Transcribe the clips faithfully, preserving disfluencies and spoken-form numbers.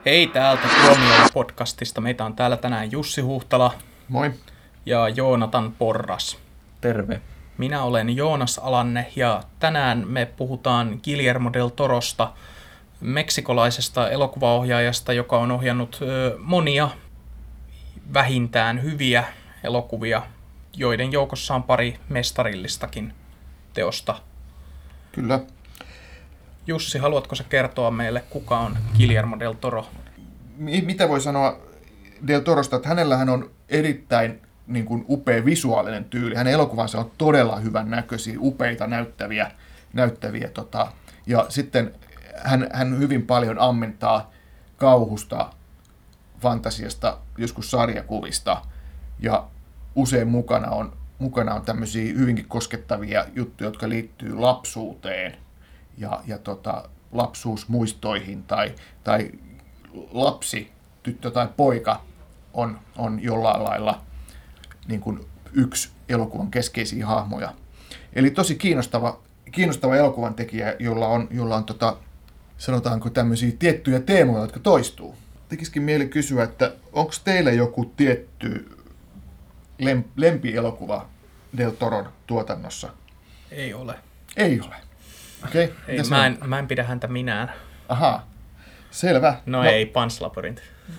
Hei täältä Tuomiolla-podcastista. Meitä on täällä tänään Jussi Huhtala. Moi. Ja Joonatan Porras. Terve. Minä olen Joonas Alanne ja tänään me puhutaan Guillermo del Torosta, meksikolaisesta elokuvaohjaajasta, joka on ohjannut ö, monia vähintään hyviä elokuvia, joiden joukossa on pari mestarillistakin teosta. Kyllä. Jussi, haluatko sä kertoa meille, kuka on Guillermo del Toro? Mitä voi sanoa del Torosta, että hänellähän on erittäin niin kuin upea visuaalinen tyyli. Hänen elokuvansa on todella hyvän näköisiä, upeita näyttäviä. näyttäviä tota. Ja sitten hän, hän hyvin paljon ammentaa kauhusta, fantasiasta, joskus sarjakuvista. Ja usein mukana on, mukana on tämmöisiä hyvinkin koskettavia juttuja, jotka liittyy lapsuuteen ja, ja tota, lapsuusmuistoihin tai, tai lapsi, tyttö tai poika on, on jollain lailla niin kuin yksi elokuvan keskeisiä hahmoja. Eli tosi kiinnostava, kiinnostava elokuvan tekijä, jolla on, jolla on tota, sanotaanko tämmöisiä tiettyjä teemoja, jotka toistuu. Tekisikin mieli kysyä, että onko teillä joku tietty lem, lempielokuva del Toron tuotannossa? Ei ole. Ei ole. Okay. Ei, mä, en, mä en pidä häntä minään. Ahaa, selvä. No, no. Ei, Pan's Labyrinth.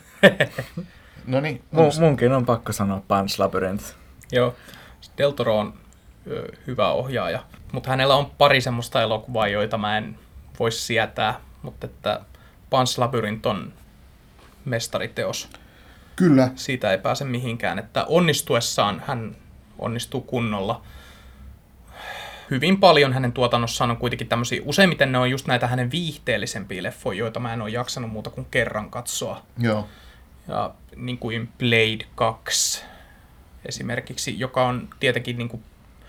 No niin. M- munkin on pakko sanoa Pan's Labyrinth. Joo, del Toro on ö, hyvä ohjaaja, mutta hänellä on pari semmoista elokuvaa, joita mä en voi sietää, mutta että Pan's Labyrinth on mestariteos. Kyllä. Siitä ei pääse mihinkään, että onnistuessaan hän onnistuu kunnolla. Hyvin paljon hänen tuotannossaan on kuitenkin tämmöisiä, useimmiten ne on just näitä hänen viihteellisempiä leffoja, joita mä en ole jaksanut muuta kuin kerran katsoa. Joo. Ja niin kuin Blade kaksi esimerkiksi, joka on tietenkin niin kuin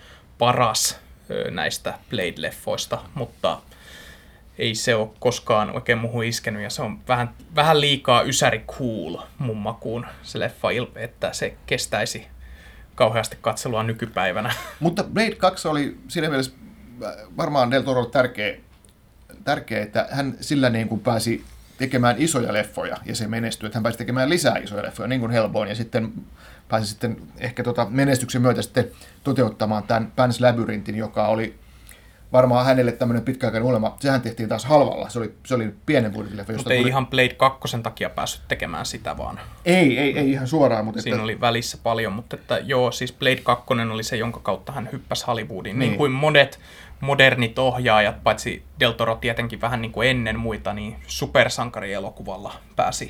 paras näistä Blade-leffoista, mutta ei se ole koskaan oikein muuhun iskenyt, ja se on vähän, vähän liikaa ysäri cool mun makuun se leffa, että se kestäisi kauheasti katselua nykypäivänä. Mutta Blade kaksi oli siinä mielessä varmaan del Toro tärkeä, tärkeä, että hän sillä niin kuin pääsi tekemään isoja leffoja, ja se menestyi, että hän pääsi tekemään lisää isoja leffoja, niin kuin Hellboyn, ja sitten pääsi sitten ehkä tota menestyksen myötä sitten toteuttamaan tämän Pan's Labyrinthin, joka oli varmaan hänelle tämmöinen pitkäaikainen unelma. Sehän tehtiin taas halvalla, se oli, se oli pienen budjetin leffa. Mutta ei tuli... ihan Blade kakkosen takia päässyt tekemään sitä vaan. Ei, ei, ei ihan suoraan. Mutta siinä että... oli välissä paljon, mutta että joo, siis Blade kaksi oli se, jonka kautta hän hyppäsi Hollywoodiin. Niin, niin kuin monet modernit ohjaajat, paitsi del Toro tietenkin vähän niin kuin ennen muita, niin supersankarielokuvalla pääsi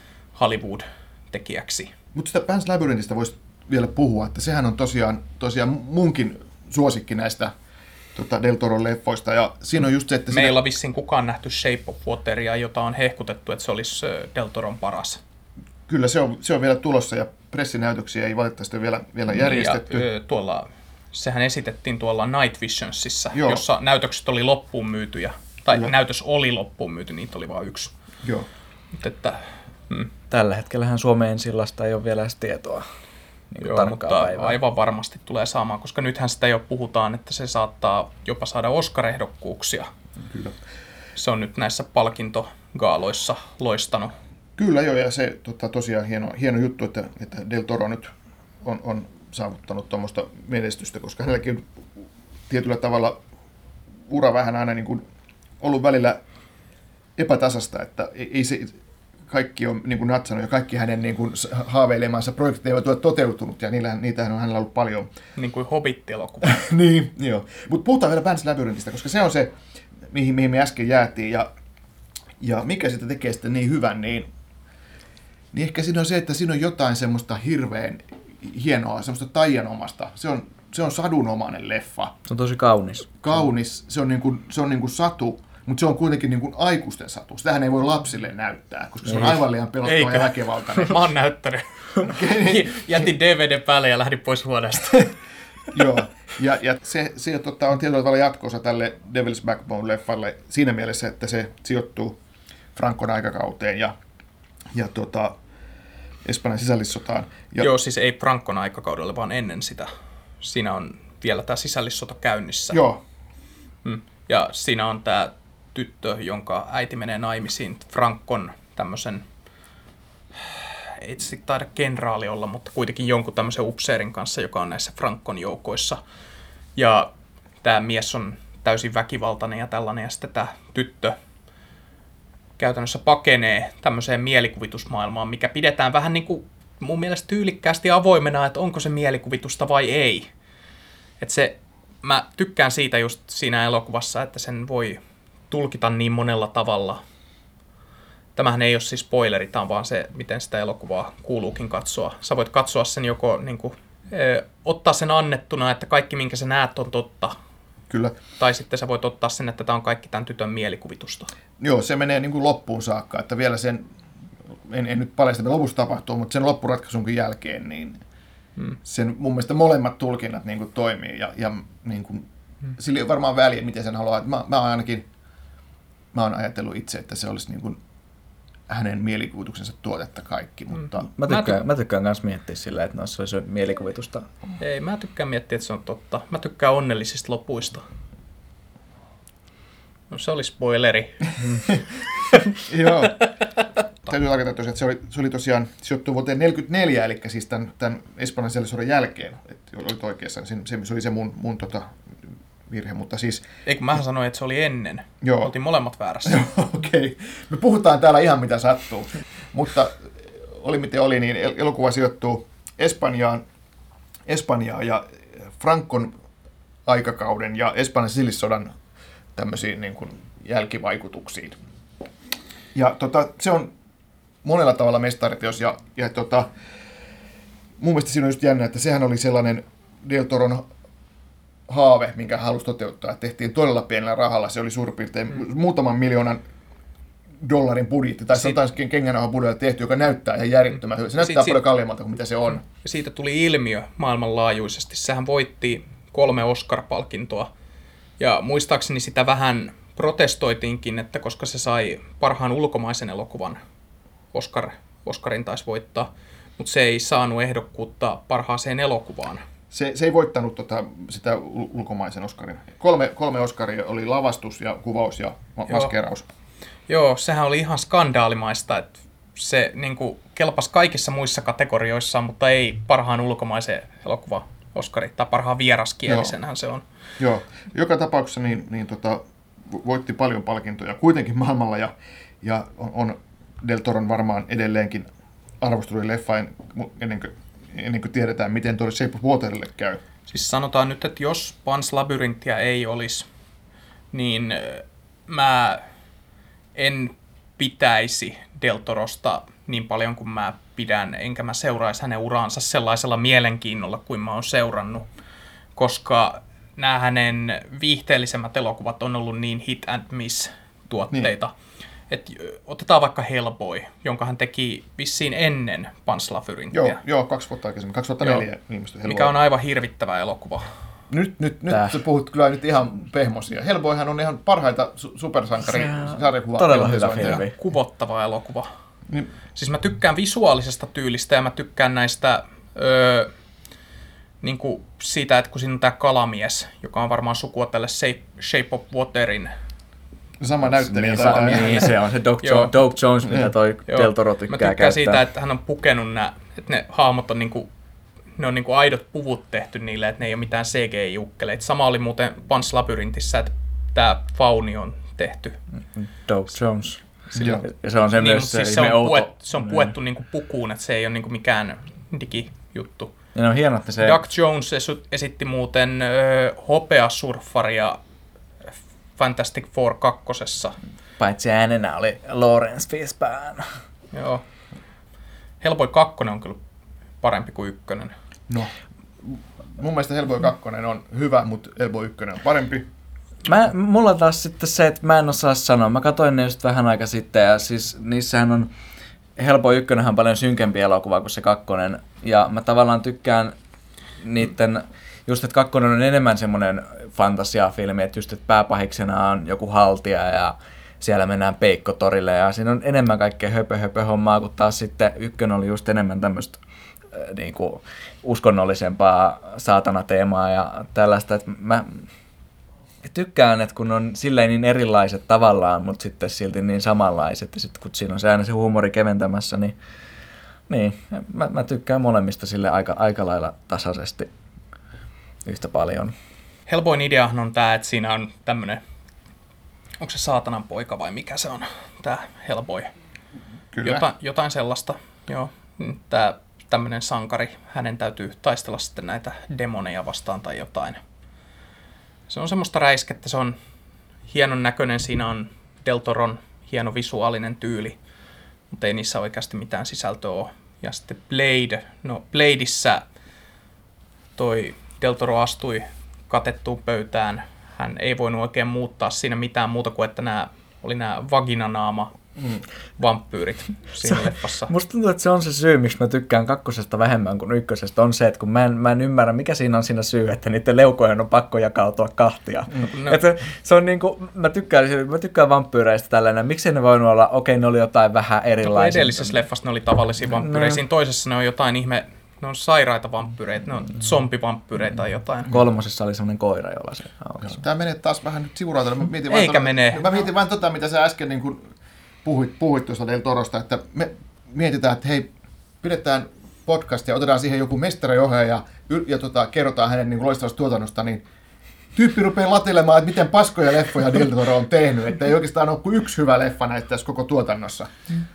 Hollywood-tekijäksi. Mutta sitä Pan's Labyrinthistä voisi vielä puhua, että sehän on tosiaan, tosiaan munkin suosikki näistä tota, del Toron leffoista. Ja siinä on just se, että meillä siinä... on vissiin kukaan nähty Shape of Wateria, jota on hehkutettu, että se olisi del Toron paras. Kyllä, se on, se on vielä tulossa ja pressinäytöksiä ei valitettavasti ole vielä, vielä järjestetty. Ja, tuolla, sehän esitettiin tuolla Night Visionsissa, Joo. jossa näytökset oli loppuun myytyjä. Tai Kyllä. näytös oli loppuun myyty, niitä oli vain yksi. Joo. Mutta että, hmm. Tällä hetkellähän Suomen ensillasta ei ole vielä edes tietoa. Niin Joo, mutta päivää. Aivan varmasti tulee saamaan, koska nythän sitä jo puhutaan, että se saattaa jopa saada Oscar-ehdokkuuksia. Kyllä. Se on nyt näissä palkintogaaloissa loistanut. Kyllä joo, ja se tota, tosiaan hieno, hieno juttu, että, että del Toro nyt on, on saavuttanut tuommoista menestystä, koska hänelläkin on tietyllä tavalla ura vähän aina niin kuin ollut välillä epätasasta, että ei, ei se kaikki on niin kuin natsannut ja kaikki hänen niin kuin haaveilemansa projektit eivät ole toteutunut, ja niillähän, niitähän on hänellä ollut paljon. Niin kuin Hobbit-elokuva. Niin, joo. Mutta puhutaan vielä Pan's Labyrinthistä, koska se on se, mihin, mihin me äsken jäätiin, ja, ja mikä sitä tekee sitten niin hyvän, niin, niin ehkä siinä on se, että siinä on jotain semmoista hirveän hienoa, semmoista taianomasta. Se on, se on sadunomainen leffa. Se on tosi kaunis. Kaunis, se on niin kuin, se on niin kuin satu, mutta se on kuitenkin niin kuin aikuisten satu. Sitähän ei voi lapsille näyttää, koska se on aivan liian pelottava ja väkivaltainen. Mä oon näyttänyt. Okay. Jätin D V D päälle ja lähdin pois huoneesta. Joo, ja, ja se, se tota, on tietyllä tavalla jatko-osa tälle Devil's Backbone-leffalle siinä mielessä, että se sijoittuu Francon aikakauteen ja, ja tota, Espanjan sisällissotaan. Ja... Joo, siis ei Francon aikakaudelle, vaan ennen sitä. Siinä on vielä tämä sisällissota käynnissä. Joo. Hmm. Ja siinä on tämä tyttö, jonka äiti menee naimisiin Francon tämmöisen ei sitten taida kenraali olla, mutta kuitenkin jonkun tämmöisen upseerin kanssa, joka on näissä Francon joukoissa. Ja tämä mies on täysin väkivaltainen ja tällainen, ja sitten tämä tyttö käytännössä pakenee tämmöiseen mielikuvitusmaailmaan, mikä pidetään vähän niin kuin mun mielestä tyylikkäästi avoimena, että onko se mielikuvitusta vai ei. Että se, mä tykkään siitä just siinä elokuvassa, että sen voi tulkita niin monella tavalla. Tämähän ei ole siis spoileri, tämä on vaan se, miten sitä elokuvaa kuuluukin katsoa. Sä voit katsoa sen joko niin kuin, ö, ottaa sen annettuna, että kaikki minkä sä näet on totta. Kyllä. Tai sitten sä voit ottaa sen, että tämä on kaikki tämän tytön mielikuvitusta. Joo, se menee niin kuin loppuun saakka, että vielä sen, en, en nyt paljasta, mitä lopussa tapahtuu, mutta sen loppuratkaisunkin jälkeen, niin hmm. sen mun mielestä molemmat tulkinnat niin kuin toimii, ja, ja niin kuin, hmm. sillä ei varmaan väliä, miten sen haluaa. Mä, mä oon ainakin, mä oon ajatellut itse, että se olisi niin kuin hänen mielikuvituksensa tuotetta kaikki, mutta... Hmm. Mä tykkään, mä tykkään myös miettiä sillä, että no, se olisi mielikuvitusta. Ei, mä tykkään miettiä, että se on totta. Mä tykkään onnellisista lopuista. No se oli spoileri. Joo. Täytyy tarkoittaa tosiaan, että se oli, se oli tosiaan sijoittu vuoteen neljäkymmentäneljä, eli siis tämän, tämän espanjan sodan jälkeen. Että olit oikeassa, se, se oli se mun, mun tota, virhe, mutta siis... Eikö mähän sanoin, että se oli ennen. Joo. Oltiin molemmat väärässä. Okei. Okay. Me puhutaan täällä ihan mitä sattuu. Mutta oli miten oli, niin elokuva sijoittuu Espanjaan, Espanjaan ja Francon aikakauden ja Espanjan sisällissodan tämmöisiin niin kuin jälkivaikutuksiin. Ja tota, se on monella tavalla mestariteos, ja, ja tota, mun mielestä siinä on just jännä, että sehän oli sellainen Del Toron haave, minkä hän halusi toteuttaa, että tehtiin todella pienellä rahalla. Se oli suurin piirtein mm. muutaman miljoonan dollarin budjetti, tai sanotaan kengänauhan budjetilla tehty, joka näyttää ihan järjettömän hyvältä. Se näyttää siitä, paljon kalliimmalta kuin mitä se on. Ja siitä tuli ilmiö maailmanlaajuisesti. Sehän voitti kolme Oscar-palkintoa. Ja muistaakseni sitä vähän protestoitiinkin, että koska se sai parhaan ulkomaisen elokuvan, Oscar, Oscarin taisi voittaa, mutta se ei saanut ehdokkuutta parhaaseen elokuvaan. Se, se ei voittanut tota, sitä ulkomaisen Oscarin. Kolme, kolme Oscaria oli lavastus ja kuvaus ja ma- maskeeraus. Joo, sehän oli ihan skandaalimaista, että se niin kuin kelpasi kaikissa muissa kategorioissa, mutta ei parhaan ulkomaisen elokuvan Oscari, tai parhaan vieraskielisenhän se on. Joo, joka tapauksessa niin, niin tota, voitti paljon palkintoja kuitenkin maailmalla, ja, ja on, on Del Toron varmaan edelleenkin arvostelujen leffain ennen kuin, ennen kuin tiedetään, miten tuolle Shape of Waterille käy. Siis sanotaan nyt, että jos Pan's Labyrinthiä ei olisi, niin mä en pitäisi Del Torosta niin paljon kuin mä pidän, enkä mä seuraisi hänen uraansa sellaisella mielenkiinnolla kuin mä oon seurannut, koska nämä hänen viihteellisemmät elokuvat on ollut niin hit and miss tuotteita. Niin. Et otetaan vaikka Hellboy, jonka hän teki vissiin ennen Pan's Labyrinthiä. Joo, joo, kaksi vuotta aikaisemmin, kaksituhattaneljä viimeistä Hellboy. Mikä on aivan hirvittävä elokuva. Nyt, nyt, nyt sä puhut kyllä nyt ihan pehmosia. Hellboyhan on ihan parhaita su- supersankari-sarjakuva. Todella hyvä filmi. Kuvottava elokuva. Niin. Siis mä tykkään visuaalisesta tyylistä ja mä tykkään näistä öö, niin kuin siitä, että kun siinä on tää kalamies, joka on varmaan sukua tälle Shape of Waterin. Sama näyttelijä. Niin, sa- niin se on se Doug, jo- Doug Jones, mitä toi Del Toro tykkää käyttää. Mä tykkään siitä, että hän on pukenut nää, että ne hahmot on niinku, ne on niinku aidot puvut tehty niille, että ne ei ole mitään C G I-jukkeleita. Sama oli muuten Pan's Labyrinthissä, että tää fauni on tehty. Doug Jones. Sillä, ja se on se niin, myös se, siis se, on outo. puet, se on puettu niin. niinku pukuun, että se ei ole niinku mikään digijuttu. Ja ne on hieno, että se... Doug Jones esitti muuten ö, hopeasurffaria Fantastic Four kakkosessa. Paitsi äänenä oli Lawrence Fishburne. Joo. Hellboy kakkonen on kyllä parempi kuin ykkönen. No, mun mielestä Hellboy kakkonen on hyvä, mutta Hellboy ykkönen on parempi. Mä, mulla taas sitten se, että mä en osaa sanoa. Mä katsoin ne just vähän aika sitten, ja siis niissähän on... Hellboy ykkönen on paljon synkempi elokuva kuin se kakkonen, ja mä tavallaan tykkään niitten... Just, että kakkonen on enemmän semmoinen fantasiafilmi, että just, että pääpahiksena on joku haltija, ja siellä mennään peikkotorille, ja siinä on enemmän kaikkea höpö höpö hommaa, kun taas sitten ykkönen oli just enemmän tämmöistä äh, niinku uskonnollisempaa saatanateemaa ja tällaista, että mä tykkään, että kun on silleen niin erilaiset tavallaan, mutta sitten silti niin samanlaiset, ja sitten kun siinä on se aina se huumori keventämässä, niin Niin, mä, mä tykkään molemmista sille aika, aika lailla tasaisesti yhtä paljon. Hellboyn ideahan on tämä, että siinä on tämmöinen, onko se saatanan poika vai mikä se on, tämä Hellboy. Kyllä. Jota, jotain sellaista, joo. Tämä tämmöinen sankari, hänen täytyy taistella sitten näitä demoneja vastaan tai jotain. Se on semmoista räiskettä, se on hienon näköinen, siinä on Del Toron hieno visuaalinen tyyli, mutta ei niissä oikeasti mitään sisältöä ole. Ja sitten Blade, no Bladeissa toi Del Toro astui katettuun pöytään, hän ei voinut oikein muuttaa siinä mitään muuta kuin, että nämä oli nämä vaginanaama mm. vampyyrit siinä se, leffassa. Musta tuntuu, että se on se syy, miksi mä tykkään kakkosesta vähemmän kuin ykkösestä, on se, että kun mä en, mä en ymmärrä, mikä siinä on siinä syy, että niiden leukojen on pakko jakautua kahtia. No. Että se on niinku, mä tykkään, mä tykkään vampyyreistä tällainen, miksei ne voinut olla, okei, ne oli jotain vähän erilaisia. No, edellisessä leffassa ne oli tavallisia vampyyrejä, no. Siinä toisessa ne on jotain ihme, ne on sairaita vampyreitä, ne on zombivampyreitä tai jotain. Kolmosessa oli semmoinen koira, jolla se aukesi. Tämä menee taas vähän nyt sivuraitoille. Eikä tuota, mene. Mä mietin vain tota, mitä sä äsken niin kuin puhuit, puhuit tuosta Del Torosta, että me mietitään, että hei, pidetään podcast ja otetaan siihen joku mestariohjaaja ja, ja tota, kerrotaan hänen niin kuin loistavasta tuotannosta, niin tyyppi rupeaa latelemaan, että miten paskoja leffoja Del Toro on tehnyt, että ei oikeastaan ole kuin yksi hyvä leffa näitä tässä koko tuotannossa.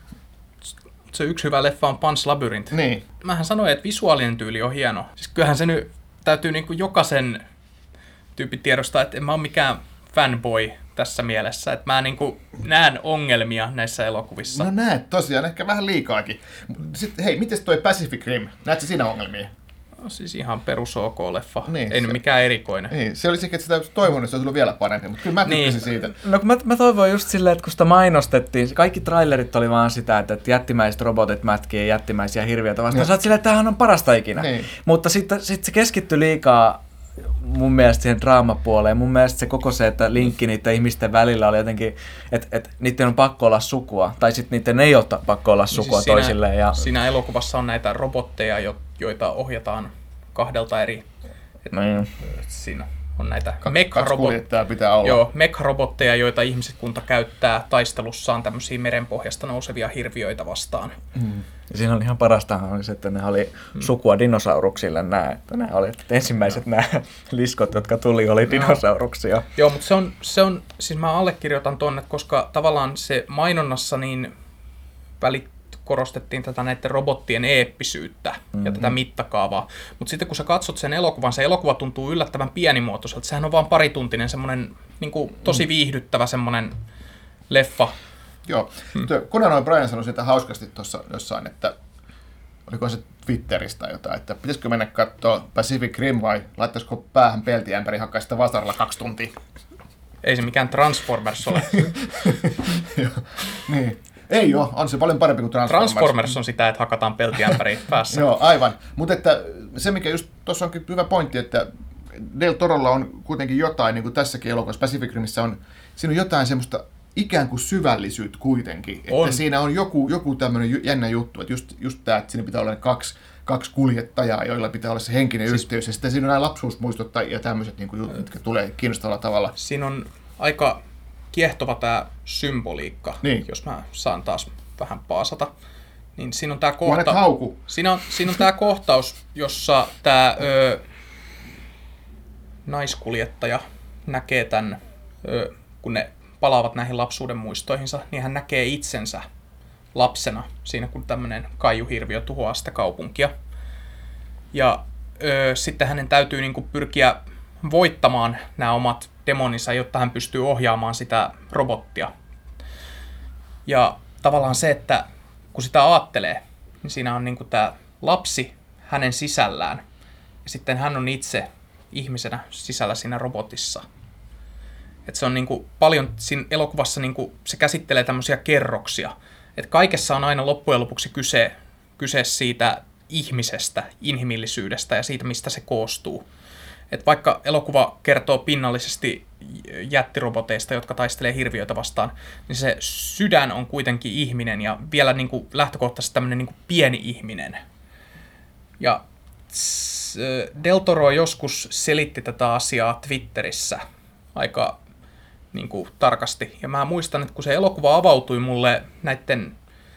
Se yksi hyvä leffa on Pan's Labyrinth. Niin. Mähän sanoin, että visuaalinen tyyli on hieno. Siis kyllähän se nyt täytyy niin kuin jokaisen tyypin tiedostaa, että en mä ole mikään fanboy tässä mielessä. Että mä niin kuin näen ongelmia näissä elokuvissa. No näet tosiaan, ehkä vähän liikaakin. Sitten hei, mites toi Pacific Rim? Näetkö siinä ongelmia? No siis ihan perus OK-leffa. Niin, ei se, nyt mikään erikoinen. Niin, se olisi ehkä, että sitä olisi toivonut, että se olisi tullut vielä parempi, mutta kyllä mä tykkäsin niin. siitä. No mä, mä toivoin just silleen, että kun sitä mainostettiin, kaikki trailerit oli vaan sitä, että jättimäiset robotit mätkii jättimäisiä hirviöitä vastaan. Sä oot silleen, että tämähän on parasta ikinä. Niin. Mutta sitten sit se keskittyi liikaa mun mielestä siihen draamapuoleen. Mun mielestä se koko se, että linkki niiden ihmisten välillä oli jotenkin, että, että niiden on pakko olla sukua. Tai sitten niiden ei ole pakko olla sukua siis toisilleen. Siinä, ja... siinä elokuvassa on näitä robotteja, joita ohjataan kahdelta eri. No niin. Siinä on näitä mekharobotteja pitää olla. Joo, mekharobotteja, joita ihmiskunta käyttää taistelussaan tämmöisiä merenpohjasta nousevia hirviöitä vastaan. Mm. Ja siinä on ihan parastahan oli se, että ne oli mm. sukua dinosauruksille nämä, että nämä oli että ensimmäiset no. nämä liskot, jotka tuli, oli no. dinosauruksia. Joo, mutta se on, se on, siis mä allekirjoitan tonne, koska tavallaan se mainonnassa niin välit korostettiin tätä näiden robottien eeppisyyttä mm-hmm. ja tätä mittakaavaa. Mutta sitten kun sä katsot sen elokuvan, se elokuva tuntuu yllättävän pienimuotoiselta. Sehän on vaan parituntinen semmoinen niin kuin tosi viihdyttävä semmoinen leffa. Joo. Hmm. Conan O'Brien sanoi sitä hauskasti tuossa jossain, että oliko se Twitteristä jotain, että pitäisikö mennä katsoa Pacific Rim vai laittaisiko päähän peltiämpäri hakkaa sitä vasaralla kaksi tuntia? Ei se mikään Transformers ole. Niin. Ei ole, on se paljon parempi kuin Transformers. Transformers on sitä, että hakataan peltiämpäriä päässä. Joo, aivan. Mutta että se, mikä just tuossa onkin hyvä pointti, että Del Torolla on kuitenkin jotain, niin kuin tässäkin elokuvassa Pacific Rimissä on, siinä on jotain semmoista ikään kuin syvällisyyttä kuitenkin. On. Että siinä on joku, joku tämmöinen jännä juttu, että just, just tämä, että siinä pitää olla ne kaksi, kaksi kuljettajaa, joilla pitää olla se henkinen siis, yhteys. Ja sitten siinä on nämä lapsuusmuistot ja tämmöiset niin kuin jutut, jotka tulee kiinnostavalla tavalla. Siinä on aika kiehtova tämä symboliikka, niin. Jos mä saan taas vähän paasata. Niin siinä on tämä kohta... Siinä on, siinä on tämä kohtaus, jossa tämä ö, naiskuljettaja näkee tämän, ö, kun ne palaavat näihin lapsuuden muistoihinsa, niin hän näkee itsensä lapsena siinä, kun tämmöinen kaiuhirviö tuhoaa sitä kaupunkia. Ja ö, sitten hänen täytyy niinku pyrkiä voittamaan nämä omat demoninsa, jotta hän pystyy ohjaamaan sitä robottia. Ja tavallaan se, että kun sitä aattelee, niin siinä on niinku tämä lapsi hänen sisällään. Ja sitten hän on itse ihmisenä sisällä siinä robotissa. Et se on niinku paljon siinä elokuvassa, niinku, se käsittelee tämmöisiä kerroksia. Et kaikessa on aina loppujen lopuksi kyse, kyse siitä ihmisestä, inhimillisyydestä ja siitä, mistä se koostuu. Et vaikka elokuva kertoo pinnallisesti jättiroboteista, jotka taistelee hirviöitä vastaan, niin se sydän on kuitenkin ihminen ja vielä niin kuin lähtökohtaisesti tämmöinen niin kuin pieni ihminen. Ja Del Toro joskus selitti tätä asiaa Twitterissä aika niin kuin tarkasti. Ja mä muistan, että kun se elokuva avautui mulle näiden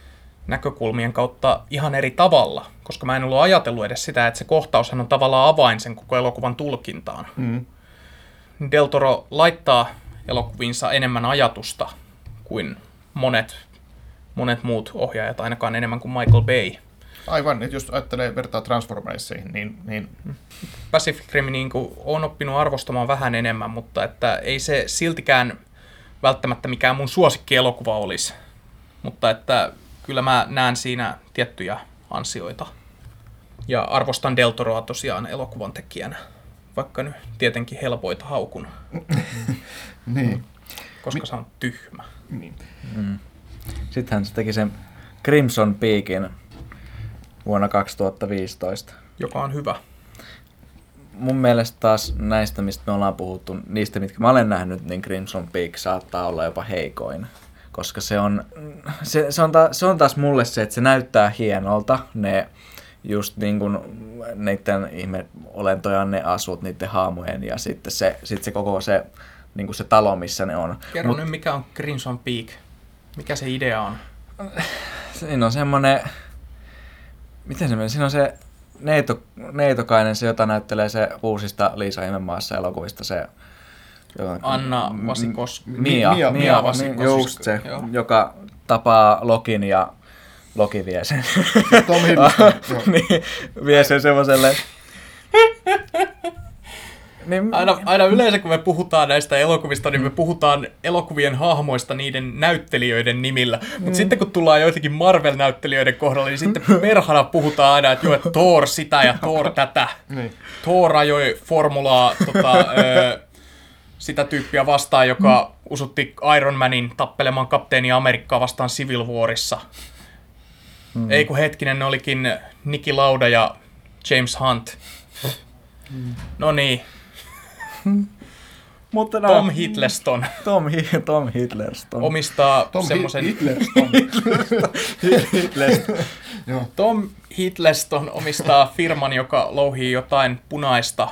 näkökulmien kautta ihan eri tavalla, koska mä en ollut ajatellut edes sitä, että se kohtaushan on tavallaan avain sen koko elokuvan tulkintaan. Mm. Del Toro laittaa elokuviinsa enemmän ajatusta kuin monet, monet muut ohjaajat, ainakaan enemmän kuin Michael Bay. Aivan, että jos ajattelee vertaa Transformerseihin, niin... niin... Pacific Rim niin on oppinut arvostamaan vähän enemmän, mutta että ei se siltikään välttämättä mikään mun suosikkielokuva olisi. Mutta että kyllä mä näen siinä tiettyjä ansioita. Ja arvostan Del Toroa tosiaan elokuvan tekijänä, vaikka nyt tietenkin helpoita haukun. Niin. Koska Mi- se on tyhmä. Niin. Mm. Sittenhän se teki sen Crimson Peakin vuonna kaksituhattaviisitoista. Joka on hyvä. Mun mielestä taas näistä, mistä me ollaan puhuttu, niistä, mitkä mä olen nähnyt, niin Crimson Peak saattaa olla jopa heikoin. Koska se on, se, se on, ta, se on taas mulle se, että se näyttää hienolta, ne just niin kuin niiden ihme olentoja, ne asut, niiden haamujen ja sitten se, sit se koko se, niin kuin se talo, missä ne on. Kerro Mut, nyt, mikä on Crimson Peak. Mikä se idea on? Siinä on semmoinen, miten se meni, siinä on se neito, neitokainen, se jota näyttelee se uusista Liisa Himenmaassa elokuvista, se Anna Vasikos. Mia, Mia, Mia Vasikos. Just se, joo. Joka tapaa Lokin ja Loki vie sen. Tom Hiddleston. Niin, vie sen semmoiselle. Niin, aina, aina yleensä kun me puhutaan näistä elokuvista, niin me puhutaan elokuvien hahmoista niiden näyttelijöiden nimillä. Mutta mm. sitten kun tullaan joitakin Marvel-näyttelijöiden kohdalla, niin sitten perhana puhutaan aina, että joo, että Thor sitä ja Thor tätä. Niin. Thor ajoi formulaa tota, ö, sitä tyyppiä vastaan, joka mm. usutti Iron Manin tappelemaan kapteeni Amerikkaa vastaan Civil Warissa. Mm. Ei kun hetkinen, ne olikin Niki Lauda ja James Hunt. Mm. No niin. Mutta no, Tom Hiddleston. Tom, Hi- Tom Hiddleston. Omistaa Tom semmoisen... Hiddleston. Hiddleston. Tom Hiddleston omistaa firman, joka louhii jotain punaista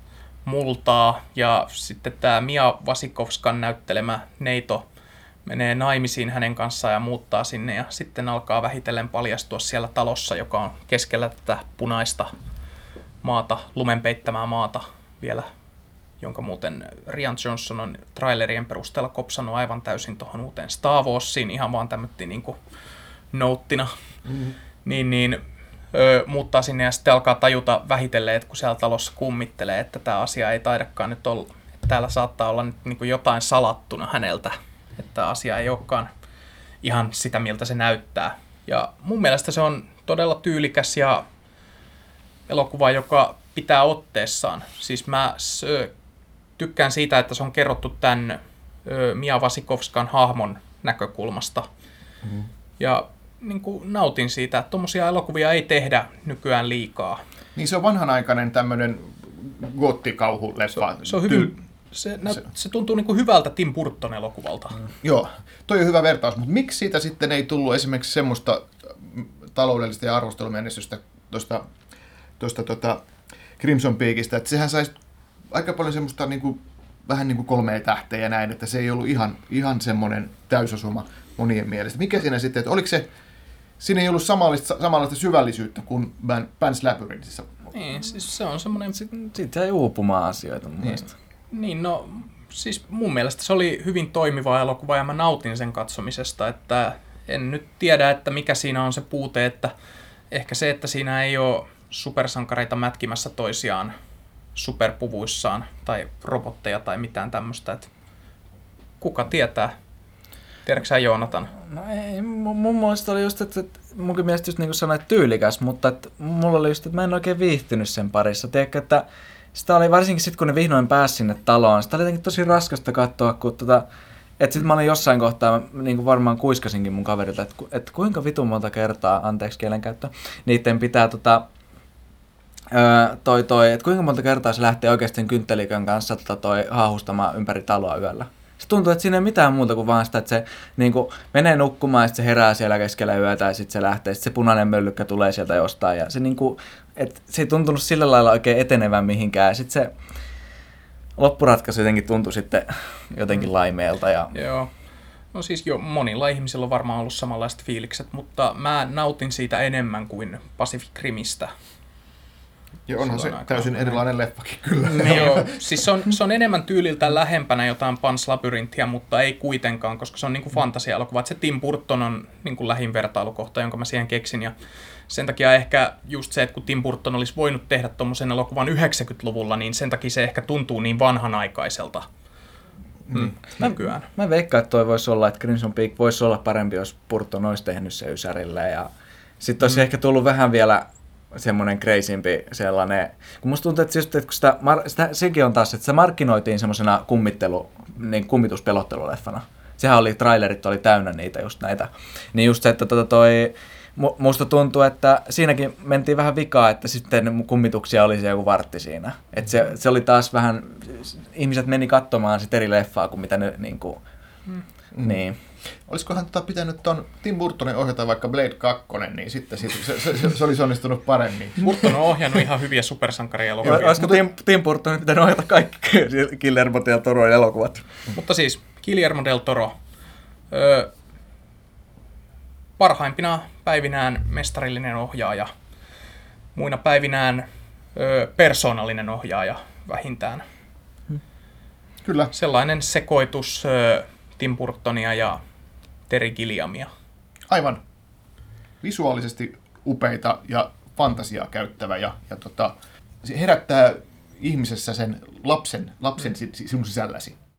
multaa. Ja sitten tämä Mia Wasikovskan näyttelemä neito menee naimisiin hänen kanssaan ja muuttaa sinne. Ja sitten alkaa vähitellen paljastua siellä talossa, joka on keskellä tätä punaista maata, lumen peittämää maata vielä, jonka muuten Rian Johnson on trailerien perusteella kopsannut aivan täysin tuohon uuteen Star Warsiin, ihan vaan tämmöttiin niin kuin nouttina, mm-hmm. niin, niin ö, muuttaa sinne ja sitten alkaa tajuta vähitellen, että kun siellä talossa kummittelee, että tämä asia ei taidakaan nyt olla, että täällä saattaa olla nyt niin kuin jotain salattuna häneltä, että asia ei olekaan ihan sitä, miltä se näyttää. Ja mun mielestä se on todella tyylikäs ja elokuva, joka pitää otteessaan. Siis mä sö, tykkään siitä, että se on kerrottu tämän ö, Mia Wasikovskan hahmon näkökulmasta. Mm. Ja niin kuin nautin siitä, että tuommoisia elokuvia ei tehdä nykyään liikaa. Niin se on vanhanaikainen tämmöinen goottikauhuleffa. Se, se on hyvin, se, se, se tuntuu niin kuin hyvältä Tim Burton elokuvalta. Mm. Joo, toi on hyvä vertaus, mutta miksi siitä sitten ei tullut esimerkiksi semmoista taloudellista ja arvostelumenestystä tuosta tuosta tota Crimson Peakista, että sehän saisi aika paljon semmoista niin kuin, vähän niin kuin kolmea tähteä ja näin, että se ei ollut ihan, ihan semmoinen täysosuma monien mielestä. Mikä siinä sitten, että oliko se, siinä ei ollut samanlaista, samanlaista syvällisyyttä kuin Pan's Labyrinthissä? Niin, siis se on semmoinen... Siitä ei uupumaan asioita mun mielestä. Niin. niin, no siis mun mielestä se oli hyvin toimiva elokuva ja mä nautin sen katsomisesta, että en nyt tiedä, että mikä siinä on se puute, että ehkä se, että siinä ei ole supersankareita mätkimässä toisiaan superpuvuissaan tai robotteja tai mitään tämmöistä, että kuka tietää? Tiedätkö sä, Joonatan? No ei, mun, mun mielestä oli just, että, että munkin mielestä just niin kuin sanoit tyylikäs, mutta että mulla oli just, että mä en oikein viihtynyt sen parissa. Tiedätkö, että sitä oli varsinkin sitten, kun ne vihdoin pääsi sinne taloon, sitä oli jotenkin tosi raskasta katsoa, kun tota, että sitten mä olin jossain kohtaa, niin kuin varmaan kuiskasinkin mun kaverilta, että, että kuinka vitun monta kertaa, anteeksi kielenkäyttö, niiden pitää tota, Öö, toi, toi, että kuinka monta kertaa se lähtee oikeasti sen kynttelikön kanssa tota, toi haahustamaan ympäri taloa yöllä. Se tuntuu, että siinä ei mitään muuta kuin vaan sitä, että se niin kuin, menee nukkumaan ja sitten se herää siellä keskellä yötä ja sitten se lähtee. Sitten se punainen möllykkä tulee sieltä jostain ja se, niin kuin, että se ei tuntunut sillä lailla oikein etenevän mihinkään. Ja sitten se loppuratkaisu jotenkin tuntui sitten jotenkin laimeelta. Ja... Joo. No siis jo monilla ihmisillä on varmaan ollut samanlaiset fiilikset, mutta mä nautin siitä enemmän kuin Pacific Rimistä. Ja onhan se Silloin täysin aikaan. erilainen leffakin kyllä. Joo, siis se on, se on enemmän tyyliltä lähempänä jotain Pan's Labyrinthiä, mutta ei kuitenkaan, koska se on niin kuin fantasia-elokuva. Se Tim Burton on niin kuin lähin vertailukohta, jonka mä siihen keksin. Ja sen takia ehkä just se, että kun Tim Burton olisi voinut tehdä tuommoisen elokuvan yhdeksänkymmentäluvulla, niin sen takia se ehkä tuntuu niin vanhanaikaiselta mm. nykyään. Mä, mä veikkaan, että toi voisi olla, että Crimson Peak voisi olla parempi, jos Burton olisi tehnyt se Ysärille. Ja sitten olisi mm. ehkä tullut vähän vielä semmoinen crazympi sellainen, kun musta tuntuu, että, just, että kun sitä, sitä, sekin on taas, että se markkinoitiin semmoisena kummittelu, niin kummituspelotteluleffana. Sehän oli, trailerit oli täynnä niitä just näitä. Niin just se, että tota toi, musta tuntuu, että siinäkin mentiin vähän vikaa, että sitten kummituksia oli se joku vartti siinä. Että se, se oli taas vähän, ihmiset meni katsomaan sit eri leffaa kuin mitä ne niinku, mm. niin. Olisikohan tota pitänyt ton Tim Burtonin ohjata vaikka Blade kaksi, niin sitten se, se, se, se olisi onnistunut paremmin. Burton on ohjannut ihan hyviä supersankarielokuvia. Olisiko Tim, Tim Burtonin pitänyt ohjata kaikki Guillermo del Toron elokuvat? Mutta siis Guillermo del Toro. Öö, parhaimpina päivinään mestarillinen ohjaaja. Muina päivinään öö, persoonallinen ohjaaja vähintään. Kyllä. Sellainen sekoitus öö, Tim Burtonia ja Terry Gilliamia. Aivan. Visuaalisesti upeita ja fantasiaa käyttävä ja, ja tota, se herättää ihmisessä sen lapsen, lapsen sinun sisälläsi.